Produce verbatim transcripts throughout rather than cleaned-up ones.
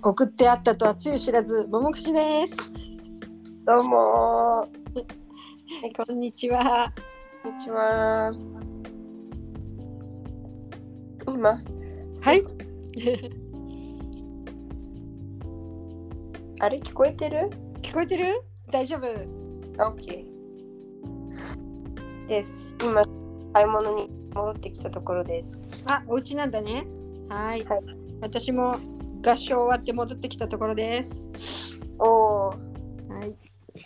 送ってあったとはつゆ知らず、ももくしです。 どうもこんにちは。 こんにちは。今はいあれ聞こえてる？ 聞こえてる？大丈夫？ OK です。今買い物に戻ってきたところです。 あ、お家なんだね。はい、 はい、 私も合唱終わって戻ってきたところです。 おー、 はい、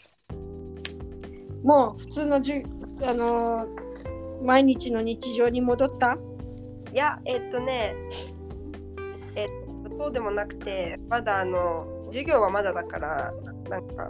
もう普通のじゅあのー毎日の日常に戻った？ いや、えっとねえっとそうでもなくて、まだあの授業はまだだから、なんか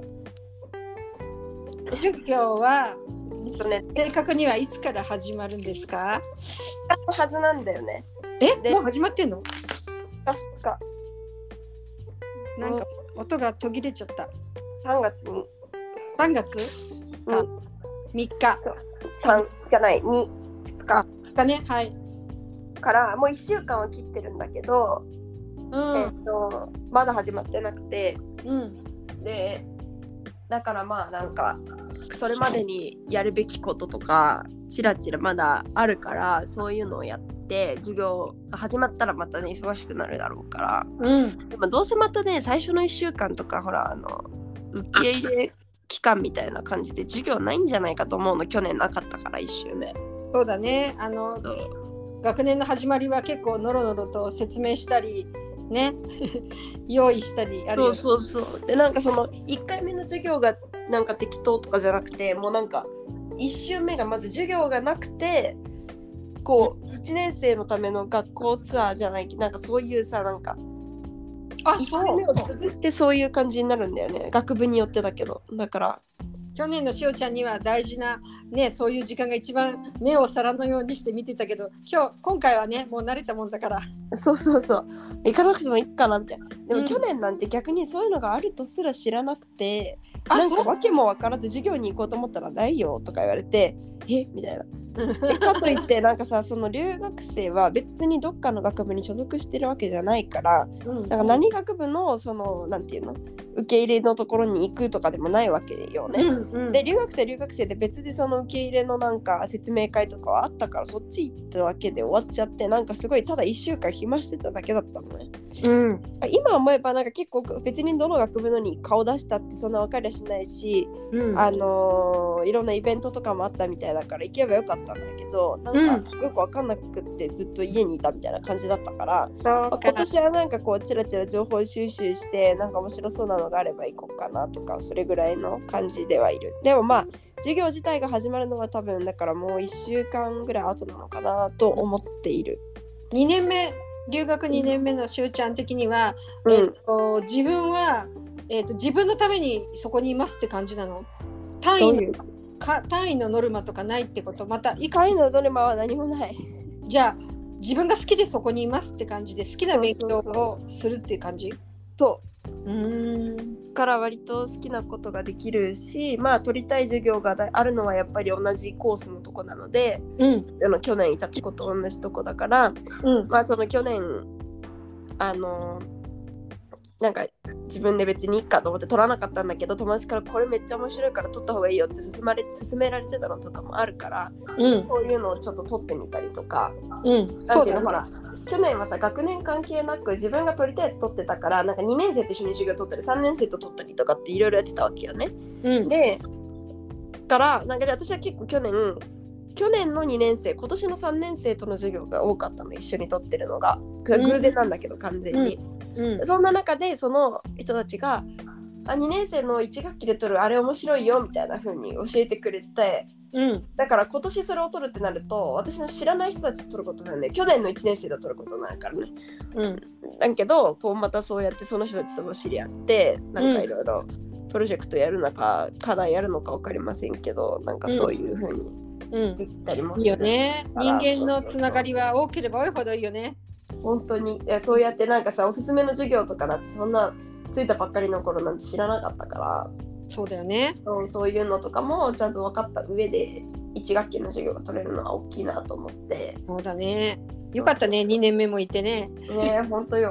授業はちょっとね正確にはいつから始まるんですか？ のはずなんだよね。 え、 でもう始まってんの？ ふつかなんか音が途切れちゃった。 さんがつにさんがつかみっか。 そうさんじゃないに、ふつかだね。はい。 からもういっしゅうかんは切ってるんだけど、 うん、 えっとまだ始まってなくて、 うん、 でだからまあなんかそれまでにやるべきこととかチラチラまだあるから、そういうのをやって授業が始まったらまたね忙しくなるだろうから、 うん、 でもどうせまたね最初のいっしゅうかんとかほらあの受け入れ期間みたいな感じで授業ないんじゃないかと思うの。去年なかったからいっ週目。 そうだね。あの学年の始まりは結構ノロノロと説明したりね用意したりあるよね。 そうそうそう。でなんかそのいっかいめの授業がなんか適当とかじゃなくて、もうなんかいっ週目がまず授業がなくて、こういちねん生のための学校ツアーじゃないけど、なんかそういうさ、なんかあ、 いっ週そう目を潰してそういう感じになるんだよね。学部によってだけど。だから去年のしおちゃんには大事なね、そういう時間が一番目を皿のようにして見てたけど、今日今回はねもう慣れたもんだから。 そうそうそう、行かなくてもいいかなみたいな。でも去年なんて逆にそういうのがあるとすら知らなくて、うん、なんか訳も分からず授業に行こうと思ったらないよとか言われて、えみたいな。でかといってなんかさ、その留学生は別にどっかの学部に所属してるわけじゃないから、うん、だから何学部のそのなんていうの受け入れのところに行くとかでもないわけよね、うんうん、で留学生留学生で別でその受け入れのなんか説明会とかはあったから、そっち行っただけで終わっちゃって、なんかすごいただいっしゅうかん暇してただけだったのね、うん、今思えばなんか結構別にどの学部のに顔出したってそんな分かりゃしないし、うん、あのー、いろんなイベントとかもあったみたいだから行けばよかったんだけど、なんかよく分かんなくってずっと家にいたみたいな感じだったから、うん、まあ、今年はなんかこうチラチラ情報収集してなんか面白そうなのがあれば行こうかなとか、それぐらいの感じではいる。でもまあ授業自体が始まるのは多分だからもういっしゅうかんぐらい後なのかなと思っている。 にねんめ留学にねんめのしゅうちゃん的には、うん、えー、と自分は、えー、と自分のためにそこにいますって感じなの？単位の、ううか単位のノルマとかないってこと？またい単位のノルマは何もない。 じゃあ自分が好きでそこにいますって感じで、好きな勉強をするっていう感じ？ そう。うーんから割と好きなことができるし、まあ取りたい授業があるのはやっぱり同じコースのとこなので、うん、あの去年いたとこと同じとこだから、うん、まあその去年あのなんか自分で別にいいかと思って取らなかったんだけど、友達からこれめっちゃ面白いから取った方がいいよって勧まれ勧められてたのとかもあるから、うん、そういうのをちょっと取ってみたりとか、うん、そうだよね。ほら去年はさ学年関係なく自分が取りたいやつ取ってたから、なんかにねん生と一緒に授業取ったりさんねん生と取ったりとかっていろいろやってたわけよね、うん、でからなんかで私は結構去年去年のにねん生今年のさんねん生との授業が多かったの、一緒に取ってるのが偶然なんだけど、うん、完全に、うんうん、そんな中でその人たちがあにねん生のいち学期で取るあれ面白いよみたいな風に教えてくれて、うん、だから今年それを取るってなると私の知らない人たちと取ることなんで、去年のいちねん生で取ることになるからね、うん、だけどこうまたそうやってその人たちとも知り合って、なんかいろいろプロジェクトやるのか課題やるのか分かりませんけど、なんかそういう風にできたりもする、うん、いいよね。人間のつながりは多ければ多いほどいいよね。 本当に。いやそうやってなんかさおすすめの授業とかだってそんなついたばっかりの頃なんて知らなかったから、 そうだよね。 そう、そういうのとかもちゃんと分かった上でいち学期の授業が取れるのは大きいなと思って。 そうだね、よかったね。にねんめもいてね。 ね本当よ。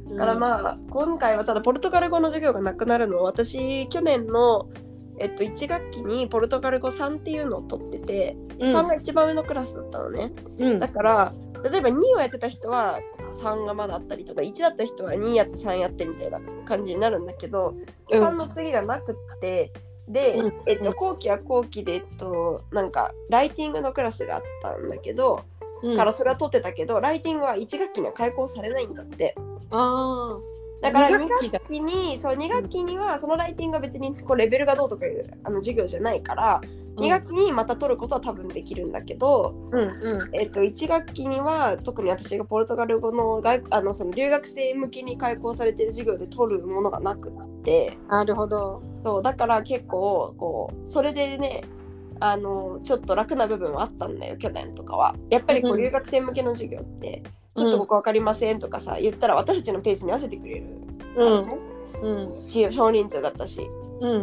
だからまあ今回はただポルトガル語の授業がなくなるの。私去年の、えっと、いち学期にポルトガル語さんっていうのを取ってて、うん、さんが一番上のクラスだったのね、うん、だから例えばにをやってた人はさんがまだあったりとか、いちだった人はにやってさんやってみたいな感じになるんだけど、うん、さんの次がなくってで、うん、えっと、後期は後期で、えっと、なんかライティングのクラスがあったんだけど、うん、からそれは取ってたけど、ライティングはいち学期には開講されないんだって。 あだからに学期にそうに学期にはそのライティングは別にこうレベルがどうとかいうあの授業じゃないから、うん、に学期にまた取ることは多分できるんだけど、うんうん、えっと、いち学期には特に私がポルトガル語の外あのその留学生向けに開講されている授業で取るものがなくて、 なるほど。 そうだから結構こうそれでね、あのちょっと楽な部分はあったんだよ去年とかは。やっぱりこう留学生向けの授業って、うん、ちょっとここ分かりませんとかさ言ったら私たちのペースに合わせてくれるからね、うんうん、少人数だったし、うん、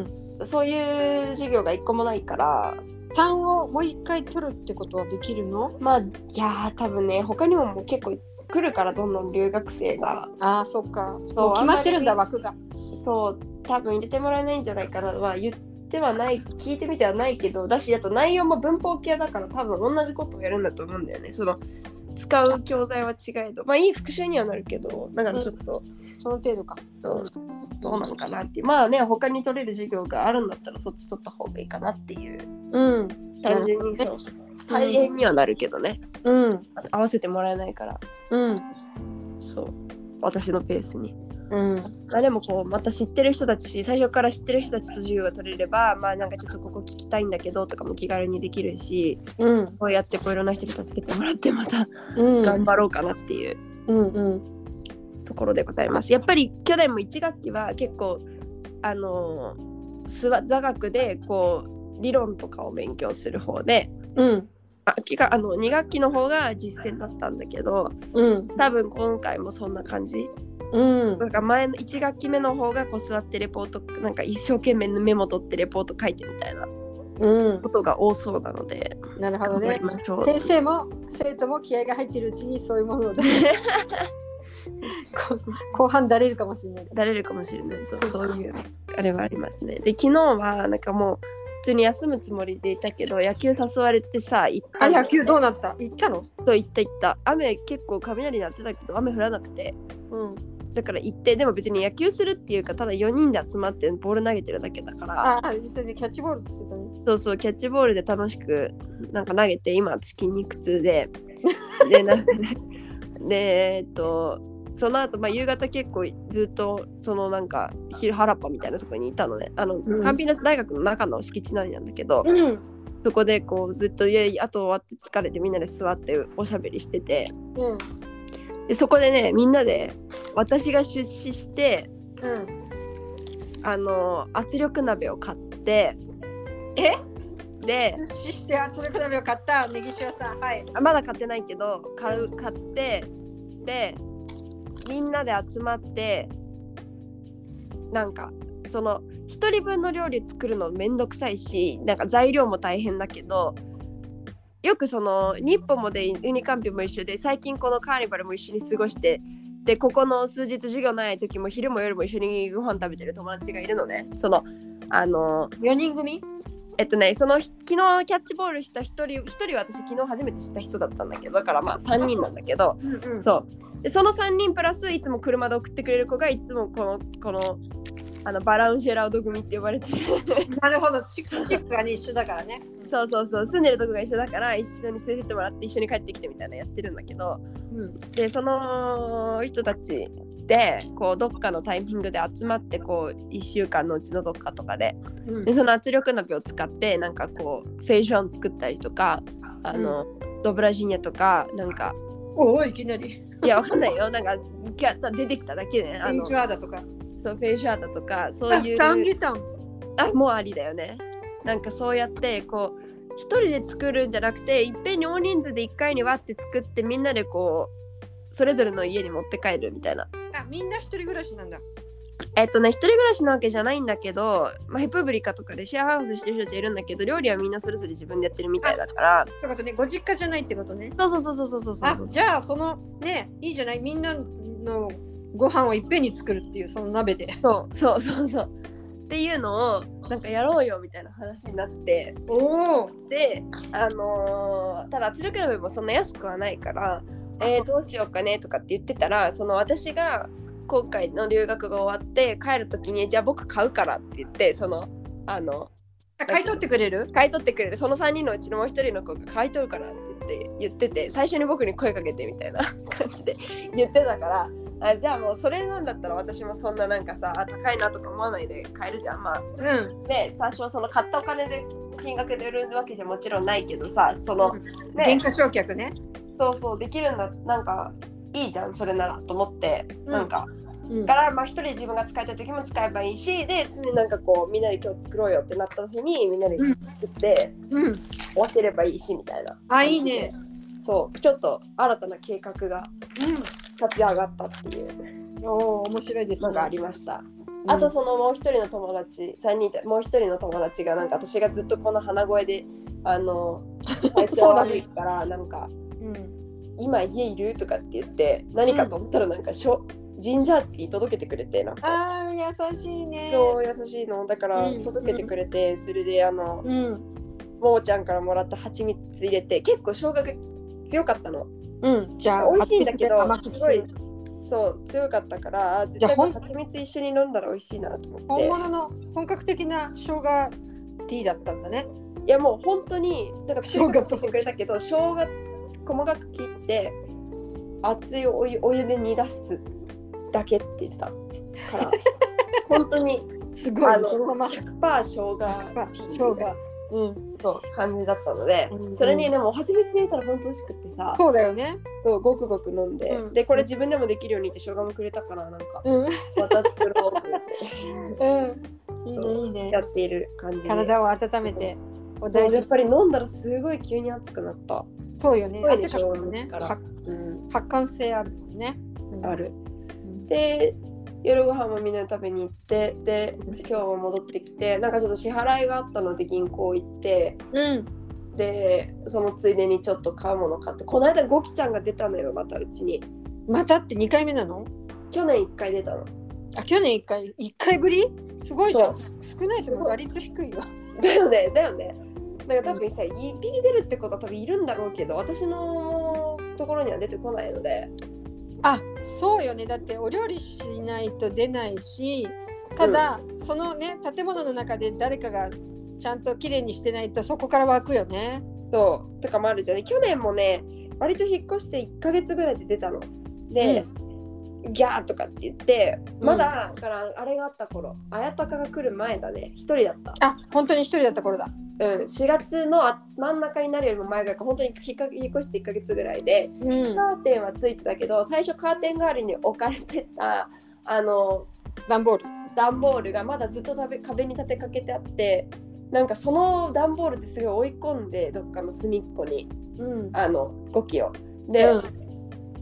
そういう授業がいっこもないからさんをもう一回取るってことはできるの？ まあいや多分ね他にももう結構来るからどんどん留学生が。 ああそっか。そう決まってるんだ枠が。 そう多分入れてもらえないんじゃないかな。まあ言ってはない聞いてみてはないけどだし、あと内容も文法系だから多分同じことをやるんだと思うんだよね。その使う教材は違えどまあいい復習にはなるけどだからちょっと、 うん、その程度かそうどうなのかなっていう。まあね他に取れる授業があるんだったらそっち取った方がいいかなっていう、うん、単純にそう大変にはなるけどね、うん、合わせてもらえないから、うん、そう私のペースに、うん、まあでもこうまた知ってる人たち最初から知ってる人たちと授業が取れればまあなんかちょっとここ聞きたいんだけどとかも気軽にできるし、うん、こうやってこういろんな人に助けてもらってまた、うん、頑張ろうかなっていう、うんうん、ところでございます。やっぱり去年もいち学期は結構あのー、座学でこう理論とかを勉強する方で、うん、ああのに学期の方が実践だったんだけど、うん、多分今回もそんな感じ。うん、なんか前のいち学期目の方がこう座ってレポートなんか一生懸命メモ取ってレポート書いてみたいなことが多そうなので、 うん、なるほどね。先生も生徒も気合が入ってるうちにそういうもので後半だれるかもしれない。 だれるかもしれない。そう、そういうあれはありますね。で昨日はなんかもう普通に休むつもりでいたけど野球誘われてさ行ったの。あ野球どうなった？行ったの？ そう行った行った。雨結構雷鳴ってたけど雨降らなくて、うん。だから行ってでも別に野球するっていうかただよにんで集まってボール投げてるだけだから。 ああ別にキャッチボールしてたね。 そうそうキャッチボールで楽しくなんか投げて今筋肉痛ででなんかねでえっとその後まあ夕方結構ずっとそのなんか昼原っぱみたいなところにいたのね。あの、うん、カンピナス大学の中の敷地内なんだけど、うん、そこでこうずっといやあと終わって疲れてみんなで座っておしゃべりしてて、うん、でそこでねみんなで私が出資して、うん、あの圧力鍋を買ってえで出資して圧力鍋を買ったネギ塩さんはいまだ買ってないけど買う買ってでみんなで集まってなんかそのひとりぶんの料理作るのめんどくさいしなんか材料も大変だけどよくその日本もでユニカンピも一緒で最近このカーニバルも一緒に過ごしてでここの数日授業ない時も昼も夜も一緒にご飯食べてる友達がいるのね。そのあのよにん組えっとねその昨日キャッチボールしたひとりひとりは私昨日初めて知った人だったんだけどだからまあさんにんなんだけど、うんうん、そうでそのさんにんプラスいつも車で送ってくれる子がいつもこのこのあのバランシェラード組って呼ばれてるなるほどチップチップが、ね、一緒だからね。 そうそうそう住んでるとこが一緒だから一緒に連れてってもらって一緒に帰ってきてみたいなやってるんだけど、うん、でその人たちでこうどっかのタイミングで集まってこういっしゅうかんのうちのどっかとかで、うん、でその圧力鍋を使ってなんかこうフェイション作ったりとかあの、うん、ドブラジーニャとかなんかおおいきなりいやわかんないよなんかキャ出てきただけで、ね、 フェイシュアーダとかそうフェイシュアーダとかそういうサンギタンあもうありだよね。なんかそうやってこう一人で作るんじゃなくていっぺんに大人数でいっかいに割って作ってみんなでこうそれぞれの家に持って帰るみたいな。 あみんな一人暮らしなんだ。 えっとね一人暮らしなわけじゃないんだけど、まあ、ヘプブリカとかでシェアハウスしてる人たちいるんだけど料理はみんなそれぞれ自分でやってるみたいだからってことねご実家じゃないってことね。 そうそうそうそうそうそうそうあじゃあそのねいいじゃないみんなのご飯をいっぺんに作るっていうその鍋で。 そうそうそうそうっていうのをなんかやろうよみたいな話になって、 おであのー、ただ圧力鍋もそんな安くはないから、えー、どうしようかねとかって言ってたら、その私が今回の留学が終わって帰る時にじゃあ僕買うからって言って、そのあの買い取ってくれる買い取ってくれるそのさんにんのうちのもうひとりの子が買い取るからって言って言ってて、最初に僕に声かけてみたいな感じで言ってたから、あじゃあもうそれなんだったら私もそんななんかさ高いなとか思わないで買えるじゃん。まあ、うん、で多少その買ったお金で金額で売るわけじゃもちろんないけどさ、その、うん、 原価償却ね。 そうそうできるんだ、なんかいいじゃんそれならと思って、うん、なんかだからまあ一人で自分が使いたい時も使えばいいし、で常になんかこうみんなで今日作ろうよってなった時にみんなで作って分ければいいしみたいな。 あいいね。 そうちょっと新たな計画が立ち上がったっていう、 うん、お面白いですね。 のがありました。うん、あとそのもう一人の友達さんにんでもう一人の友達がなんか私がずっとこの鼻声であの体調悪いからなんか、うん、今家いるとかって言って何かと思ったらなんかしょ、うんジンジャーティー届けてくれてなんかあー優しいね。 そう優しいのだから届けてくれて、うん、それであの、うん、ももちゃんからもらった蜂蜜入れて結構生姜が強かったの。 うんじゃあ美味しいんだけどすごいそう強かったから絶対蜂蜜一緒に飲んだら美味しいなと思って。 本物の本格的な生姜ティーだったんだね。 いやもう本当になんか生姜作ってくれたけど生姜細かく切って熱いお湯、お湯で煮出すだけって言ってたから本当にすごいあのそのまま ひゃくパーセント 生姜生姜うんそう感じだったので、うん、それにでも蜂蜜入れたら本当美味しくってさそうだよねそうごくごく飲んで、うん、でこれ自分でもできるようにって生姜もくれたからなんか、うん、また作ろうって言ってうんいいねいいねやっている感じで体を温めてお大事やっぱり飲んだらすごい急に熱くなったそうよねすごいでしょねうん、発汗性あるもんね、 うん、あるで夜ご飯もみんなで食べに行ってで今日も戻ってきてなんかちょっと支払いがあったので銀行行って、うん、でそのついでにちょっと買うもの買ってこの間ゴキちゃんが出たのよまたうちにまたってにかいめなの去年いっかい出たのあ去年いっかいいっかいぶりすごいじゃん少ないと打率低いよだよねだよねなんか多分さ、うん、いっぴき出るってことは多分いるんだろうけど私のところには出てこないのであそうよねだってお料理しないと出ないしただ、うん、そのね建物の中で誰かがちゃんときれいにしてないとそこから湧くよねそうとかもあるじゃんね去年もね割と引っ越していっかげつぐらいで出たので、うん、ギャーとかって言ってまだ、うん、からあれがあった頃綾鷹が来る前だね一人だったあ本当に一人だった頃だうん、しがつの真ん中になるよりも前が本当に引っ越していっかげつぐらいで、うん、カーテンはついてたけど最初カーテン代わりに置かれてたあの段ボール段ボールがまだずっと壁に立てかけてあってなんかその段ボールですごい追い込んでどっかの隅っこに、うん、あのゴキをで、うん、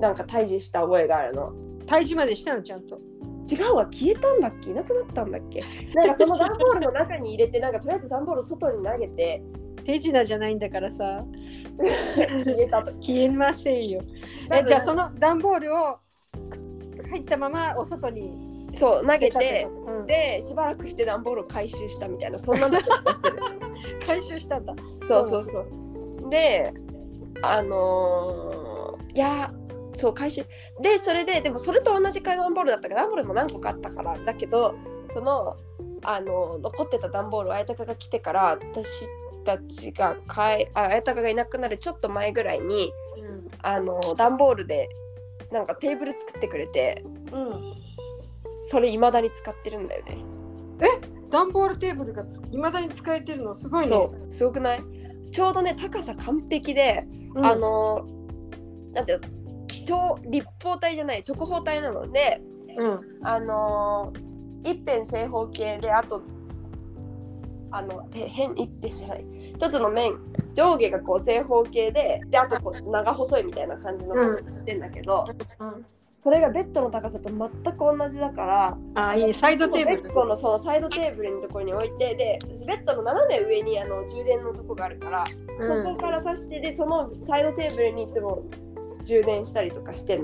なんか退治した覚えがあるの退治までしたのちゃんと違うわ消えたんだっけいなくなったんだっけなんかその段ボールの中に入れてなんかとりあえず段ボールを外に投げて手品じゃないんだからさ消えたと消えませんよえじゃあその段ボールを入ったままお外にそう投げて、うん、でしばらくして段ボールを回収したみたいなそんなの回収したんだそうそうそうであのー、いやそう回収でそれででもそれと同じ段ボールだったから段ボールも何個かあったからだけどそのあの残ってた段ボールを綾鷹が来てから私たちが買いあ綾鷹がいなくなるちょっと前ぐらいに、うん、あの段ボールでなんかテーブル作ってくれて、うん、それ未だに使ってるんだよねえ段ボールテーブルが未だに使えてるのすごいねそうすごくないちょうどね高さ完璧で、うん、あのなんていうの超立方体じゃない直方体なので、うん、あのー、一辺正方形であとあの変一辺じゃない一つの面上下がこう正方形でであとこう長細いみたいな感じの感じしてんだけど、うんうん、それがベッドの高さと全く同じだからあいいサイドテーブルベッドのそのサイドテーブルのところに置いてでベッドの斜め上にあの充電のとこがあるから、うん、そこから挿してでそのサイドテーブルにいつも充電したりとかしてんのね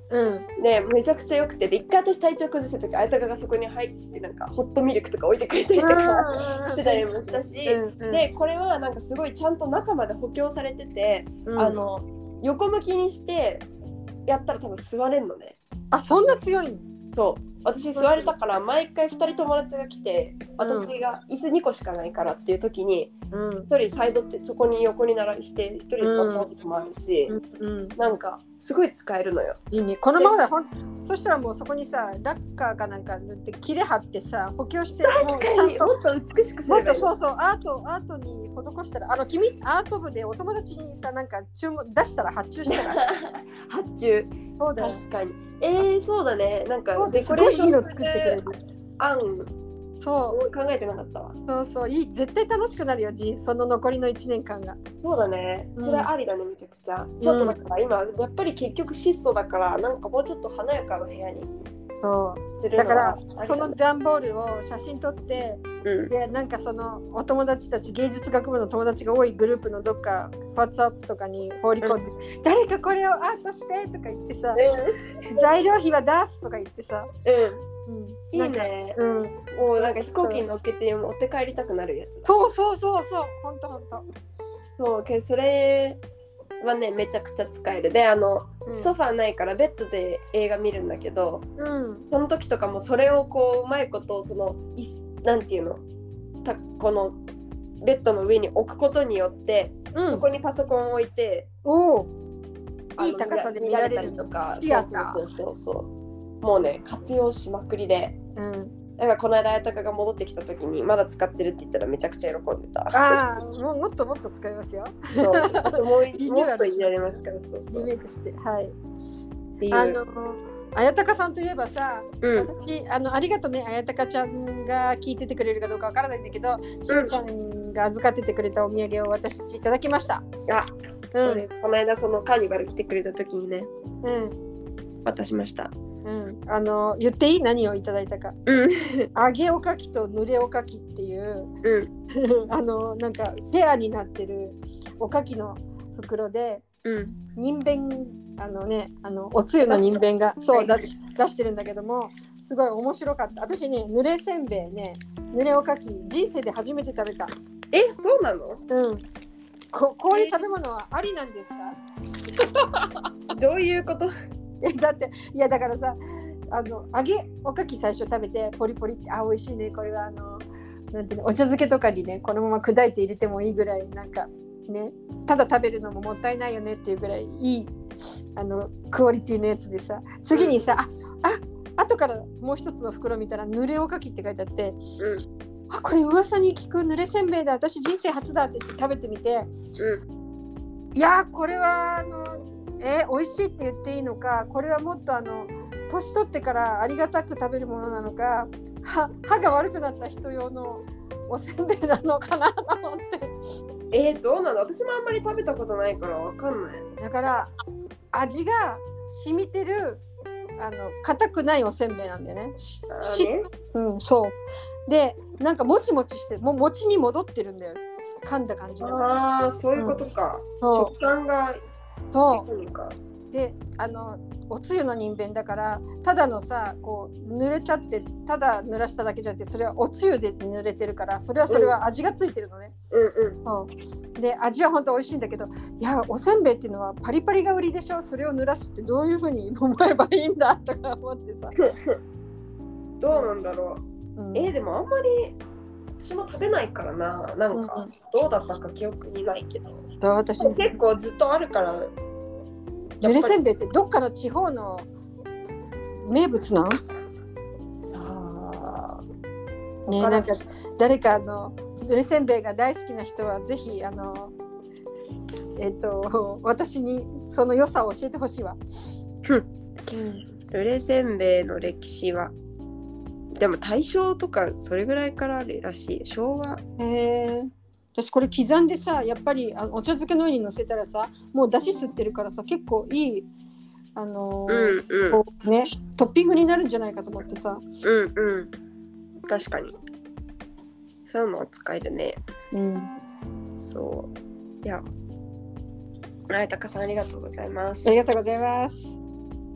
うん、 でめちゃくちゃ良くて、で一回私体調崩した時、あやたかがそこに入ってなんかホットミルクとか置いてくれたりとかしてたりもしたし、うんうん、でこれはなんかすごいちゃんと中まで補強されてて、うん、あの横向きにしてやったら多分座れんのね。 あ、そんな強いの？ そう私座れたから毎回ふたり友達が来て、私が椅子にこしかないからっていう時に、うん、ひとりサイドってそこに横に並びしてひとり座った時もあるし、うんうん、なんかすごい使えるのよ。 いいね。このままだほんそしたらもうそこにさラッカーかなんか塗って切れ張ってさ補強して、 確かにもっと美しくすればいい。 もっとそうそうアートアートに施したら、あの君アート部でお友達にさなんか注文出したら発注したら発注そうだよ。 確かに。えー、そうだね。なんかデコレーションいいの作ってくれる。 案そう考えてなかったわ。 そうそういい、絶対楽しくなるよ、その残りのいちねんかんが。 そうだね。それありだね、うん、めちゃくちゃ。ちょっとだから今、うん、やっぱり結局質素だからなんかもうちょっと華やかな部屋に。 そうだからその段ボールを写真撮って、うん、でなんかそのお友達たち芸術学部の友達が多いグループのどっか WhatsApp とかに放り込んで、うん、誰かこれをアートしてとか言ってさ、うん、材料費は出すとか言ってさ、 うんうん、いいね、うん、もうなんか飛行機に乗っけて持って帰りたくなるやつだ。 そうそうそうそうほんとほんとそうけどそれはねめちゃくちゃ使える。であの、うん、ソファーないからベッドで映画見るんだけど、うん、その時とかもそれをこううまいことそのなんていうのたこのベッドの上に置くことによって、うん、そこにパソコンを置いておいい高さで見られるとかそうそうそうそうもうね活用しまくりで、うんだからこの間あやたかが戻ってきた時にまだ使ってるって言ったらめちゃくちゃ喜んでた。 ああ、もうもっともっと使いますよ。 そうあともうもっとやりますからそうそう。 リメイクしてはい。っていうあのあやたかさんといえばさ、うん、私あのありがとうねあやたかちゃんが聞いててくれるかどうかわからないんだけど、しおちゃんが預かっててくれたお土産を私たちいただきました。 あ、うん、そうです。この間そのカーニバル来てくれた時にね、うん、渡しました。 うん、あの言っていい何をいただいたか、うん、揚げおかきと濡れおかきっていう、うん、あのなんかペアになってるおかきの袋で、うん、人弁あのねあのおつゆの人弁がそう出し、出してるんだけどもすごい面白かった。私ね濡れせんべいね濡れおかき人生で初めて食べた。 えそうなの？ うんここういう食べ物はありなんですか？ どういうこと？ だっていやだからさあの揚げおかき最初食べてポリポリってあ美味しいねこれはあのなんていうのお茶漬けとかにねこのまま砕いて入れてもいいぐらいなんかねただ食べるのももったいないよねっていうぐらいいいあのクオリティのやつでさ次にさああ後からもう一つの袋見たら濡れおかきって書いてあって、うん、あこれ噂に聞く濡れせんべいだ私人生初だって言って食べてみて、うん、いやこれはあのえー、美味しいって言っていいのかこれはもっとあの年取ってからありがたく食べるものなのかは歯が悪くなった人用のおせんべいなのかなと思ってえー、どうなの私もあんまり食べたことないからわかんない。 だから味が染みてるあの硬くないおせんべいなんだよね。しねうん、そうでなんかもちもちしてもう餅に戻ってるんだよ噛んだ感じが。 ああそういうことか、うん、食感がそうであのおつゆの人弁だからただのさこう濡れたってただ濡らしただけじゃなくてそれはおつゆで濡れてるからそれはそれは味がついてるのね、うんうん、そうで味は本当美味しいんだけどいやおせんべいっていうのはパリパリが売りでしょそれを濡らすってどういう風に思えばいいんだとか思ってさどうなんだろう、うん、えー、でもあんまり私も食べないからななんか、うん、どうだったか記憶にないけど私結構ずっとあるから濡れせんべいってどっかの地方の名物なの？ さあねなんか誰かの濡れせんべいが大好きな人はぜひあのえっ、ー、と私にその良さを教えてほしいわ。 うん、濡れせんべいの歴史はでも大正とかそれぐらいからあるらしい昭和。 へー私これ刻んでさやっぱりあのお茶漬けの上に乗せたらさもう出汁吸ってるからさ結構いいあのーうんうん、ねトッピングになるんじゃないかと思ってさうんうん確かにそういうのは使えるね。うんそういやあやたかさんありがとうございます。 ありがとうございます。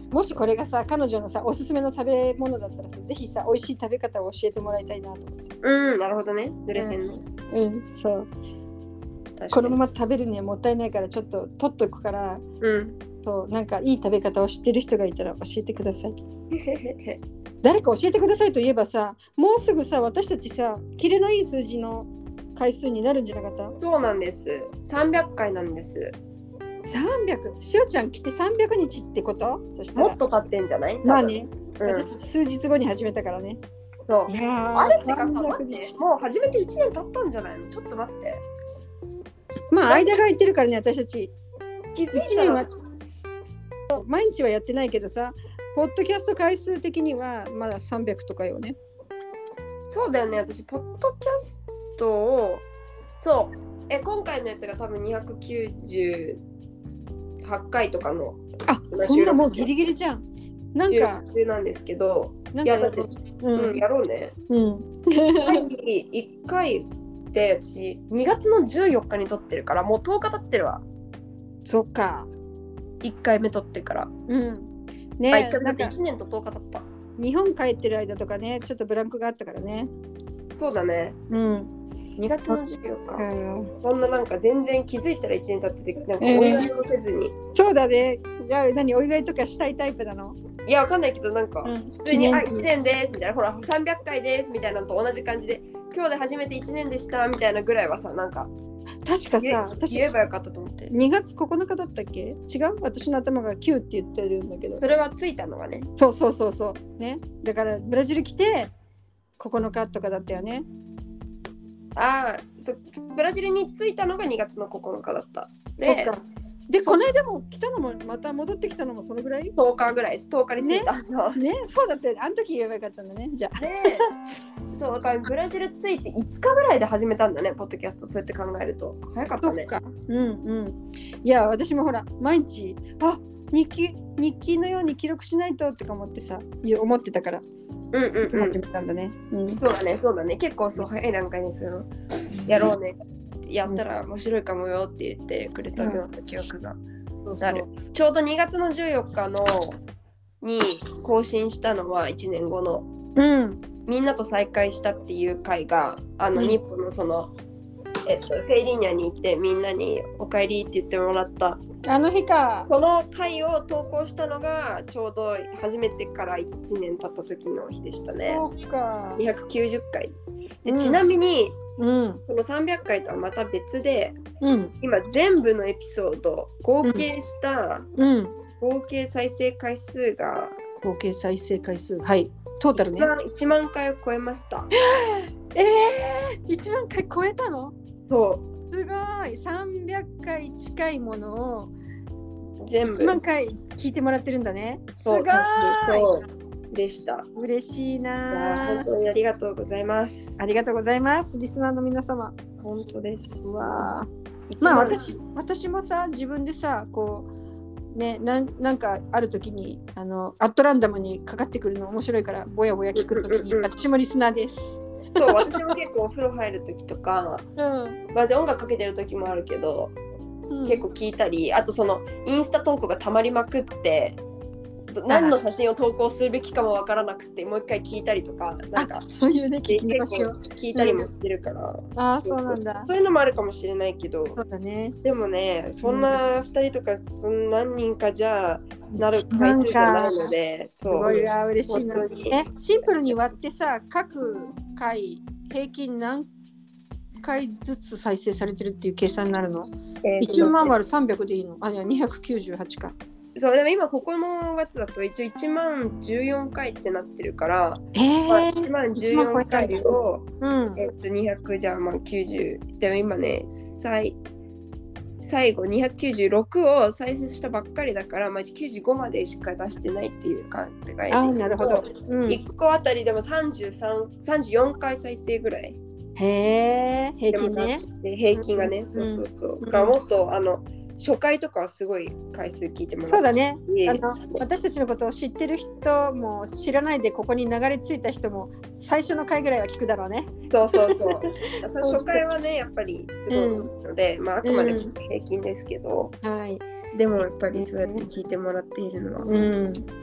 もしこれがさ彼女のさおすすめの食べ物だったらさぜひさ美味しい食べ方を教えてもらいたいなと思って。 うんなるほどね濡れせんの、 うん、うん、そうこのまま食べるにはもったいないからちょっと取っとくから、うん、そうなんかいい食べ方を知ってる人がいたら教えてください誰か教えてくださいといえばさもうすぐさ私たちさキレのいい数字の回数になるんじゃなかった？ そうなんですさんびゃっかいなんです。 さんびゃくしおちゃん来てさんびゃくにちってこと？そしたらもっと経ってんじゃない？ まあね、うん、私数日後に始めたからね。 そういやあれってかさ待ってもう始めていちねん経ったんじゃないの？ちょっと待ってまあ間が空いてるからね私たち気づいたら毎日はやってないけどさポッドキャスト回数的にはまださんびゃくとかよね。 そうだよね私ポッドキャストをそうえ今回のやつが多分にひゃくきゅうじゅうはちかいとかのあそんなもうギリギリじゃん。なんか中なんですけどなんかいやだって、うんうん、やろうね。うんいっかいで私にがつのじゅうよっかに撮ってるからもうとおか経ってるわ。 そっかいっかいめ撮ってからうんねえなんかいちねんととおか経った。 日本帰ってる間とかねちょっとブランクがあったからね。 そうだねうんにがつのじゅうよっかそんななんか全然気づいたらいちねん経っててなんかお祝いもせずに、えー、そうだねいや何お祝いとかしたいタイプなの？ いやわかんないけどなんか、うん、普通にあいちねんですみたいなほらさんびゃっかいですみたいなのと同じ感じで今日で初めていちねんでしたみたいなぐらいはさなんか確かさ私言えばよかったと思ってにがつここのかだったっけ？違う私の頭がきゅうって言ってるんだけどそれはついたのがねそうそうそうそうねだからブラジル来てここのかとかだったよね。 ああそブラジルに着いたのがにがつのここのかだったでそっかでこの間も来たのもまた戻ってきたのもそのぐらいとおかぐらいですとおかに着いたね、ねそうだってあの時言えばよかったんだねじゃあでそうだからブラジル着いていつかぐらいで始めたんだねポッドキャストそうやって考えると早かったね。 そっかうんうんいや私もほら毎日あ日記日記のように記録しないとってか思ってさ思ってたからうんうんうん始めたんだね、うん、 そうだねそうだね結構そう早い段階ですよやろうねやったら面白いかもよって言ってくれたような記憶がなる、うん、そうそうちょうどにがつのじゅうよっかのに更新したのはいちねんごの、うん、みんなと再会したっていう回があの、うん、日本のその、えっと、フェイリーニャに行ってみんなにお帰りって言ってもらったあの日かその回を投稿したのがちょうど初めてからいちねん経った時の日でしたね。 そうかにひゃくきゅうじゅっかいで、うん、ちなみに、 うん、 このさんびゃっかいとはまた別で、 うん、 今全部のエピソード合計した、 うん、 合計再生回数が合計再生回数はいトータルねいちまんかいを超えましたえー、いちまんかい超えたの？ そうすごいさんびゃっかい近いものを全部いちまんかい聞いてもらってるんだね。すごいそうでした。 嬉しいな。 本当にありがとうございます。 ありがとうございます。リスナーの皆様。 本当です。 わまあ私私もさ自分でさこうねな ん, なんかある時にあのアットランダムにかかってくるの面白いからぼやぼや聞く時に、うんうんうん、私もリスナーです。 そう私も結構お風呂入る時とか、うんまあ、音楽かけてる時もあるけど、うん、結構聞いたりあとそのインスタ投稿がたまりまくって何の写真を投稿するべきかもわからなくてもう一回聞いたりとかなんかそういうね聞き直しを聞いたりもしてるから、うん、 あそうなんだそういうのもあるかもしれないけどそうだねでもねそんなふたりとかそんな何人かじゃなる回数じゃないのでそうすごいわ嬉しいなえシンプルに割ってさ各回平均何回ずつ再生されてるっていう計算になるの、えー、いちまん割るさんびゃくでいいのあいやにひゃくきゅうじゅうはちかそうでも今ここのやつだと一応いちまんじゅうよんかいってなってるから、 えーまあ、 いちまんじゅうよんかいを、うんえっと、にひゃくじゃあまあきゅうじゅうでも今ね最最後にひゃくきゅうじゅうろくを再生したばっかりだから、まあ、きゅうじゅうごまでしか出してないっていう感じがあなるほど、 うん、いっこあたりでもさんじゅうさん、さんじゅうよんかい再生ぐらいへえ平均ね平均がね、うん、そうそうそう、うん、だからもっとあの初回とかはすごい回数聞いてもらってそうだねあの私たちのことを知ってる人も知らないでここに流れ着いた人も最初の回ぐらいは聞くだろうねそうそうそう初回はねやっぱりすごいので、うん、まああくまで平均ですけど、 うん、はいでもやっぱりそうやって聞いてもらっているのは、 うん、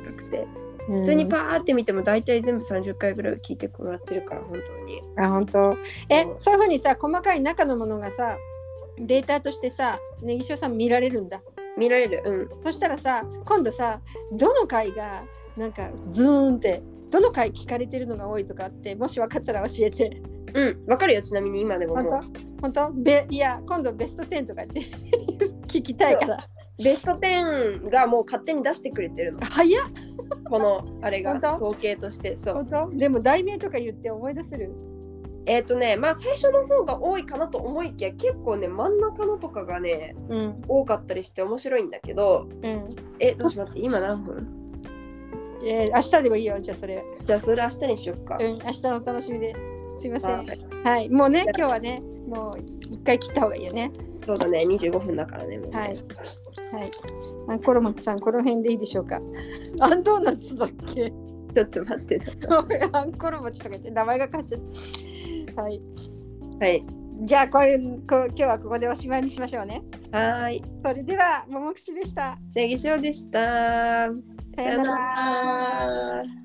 短くて、普通にパーって見ても大体全部さんじゅっかいぐらい聞いてもらってるから本当に。 あ、本当。え、そういうふうにさ、細かい中のものがさ、データとしてさ、ねぎしおさん見られるんだ。 見られる。うん。 そしたらさ、今度さ、どの回がなんかズーンってどの回聞かれてるのが多いとかって、もし分かったら教えて。 うん、分かるよ。ちなみに今でももう。 本当？本当？べいや、今度ベストテンとかって聞きたいから。 ベストテンがもう勝手に出してくれてるの。 早っ。 このあれが統計として。そう。 本当？でも題名とか言って思い出せる？ えっ、ー、とね、まあ最初の方が多いかなと思いきや、結構ね、真ん中のとかがね、うん、多かったりして面白いんだけど、うん、え、どうしまって、今何分？ えー、明日でもいいよ、じゃあそれ。 じゃあそれ明日にしよっか。 うん、明日のお楽しみで。すいません。はい、はい、もうね、今日はね、もう一回切った方がいいよね。 そうだね、にじゅうごふんだからね。もうねはい。はい。あ、コロモチさん、この辺でいいでしょうか。あんドーナツだっけ？ ちょっと待って。 あんコロモチとか言って名前が変わっちゃった。はい。 はい。 じゃあこういうこ今日はここでおしまいにしましょうね。 はい。 それではももくしでした。 ねぎしおでした。 さよなら。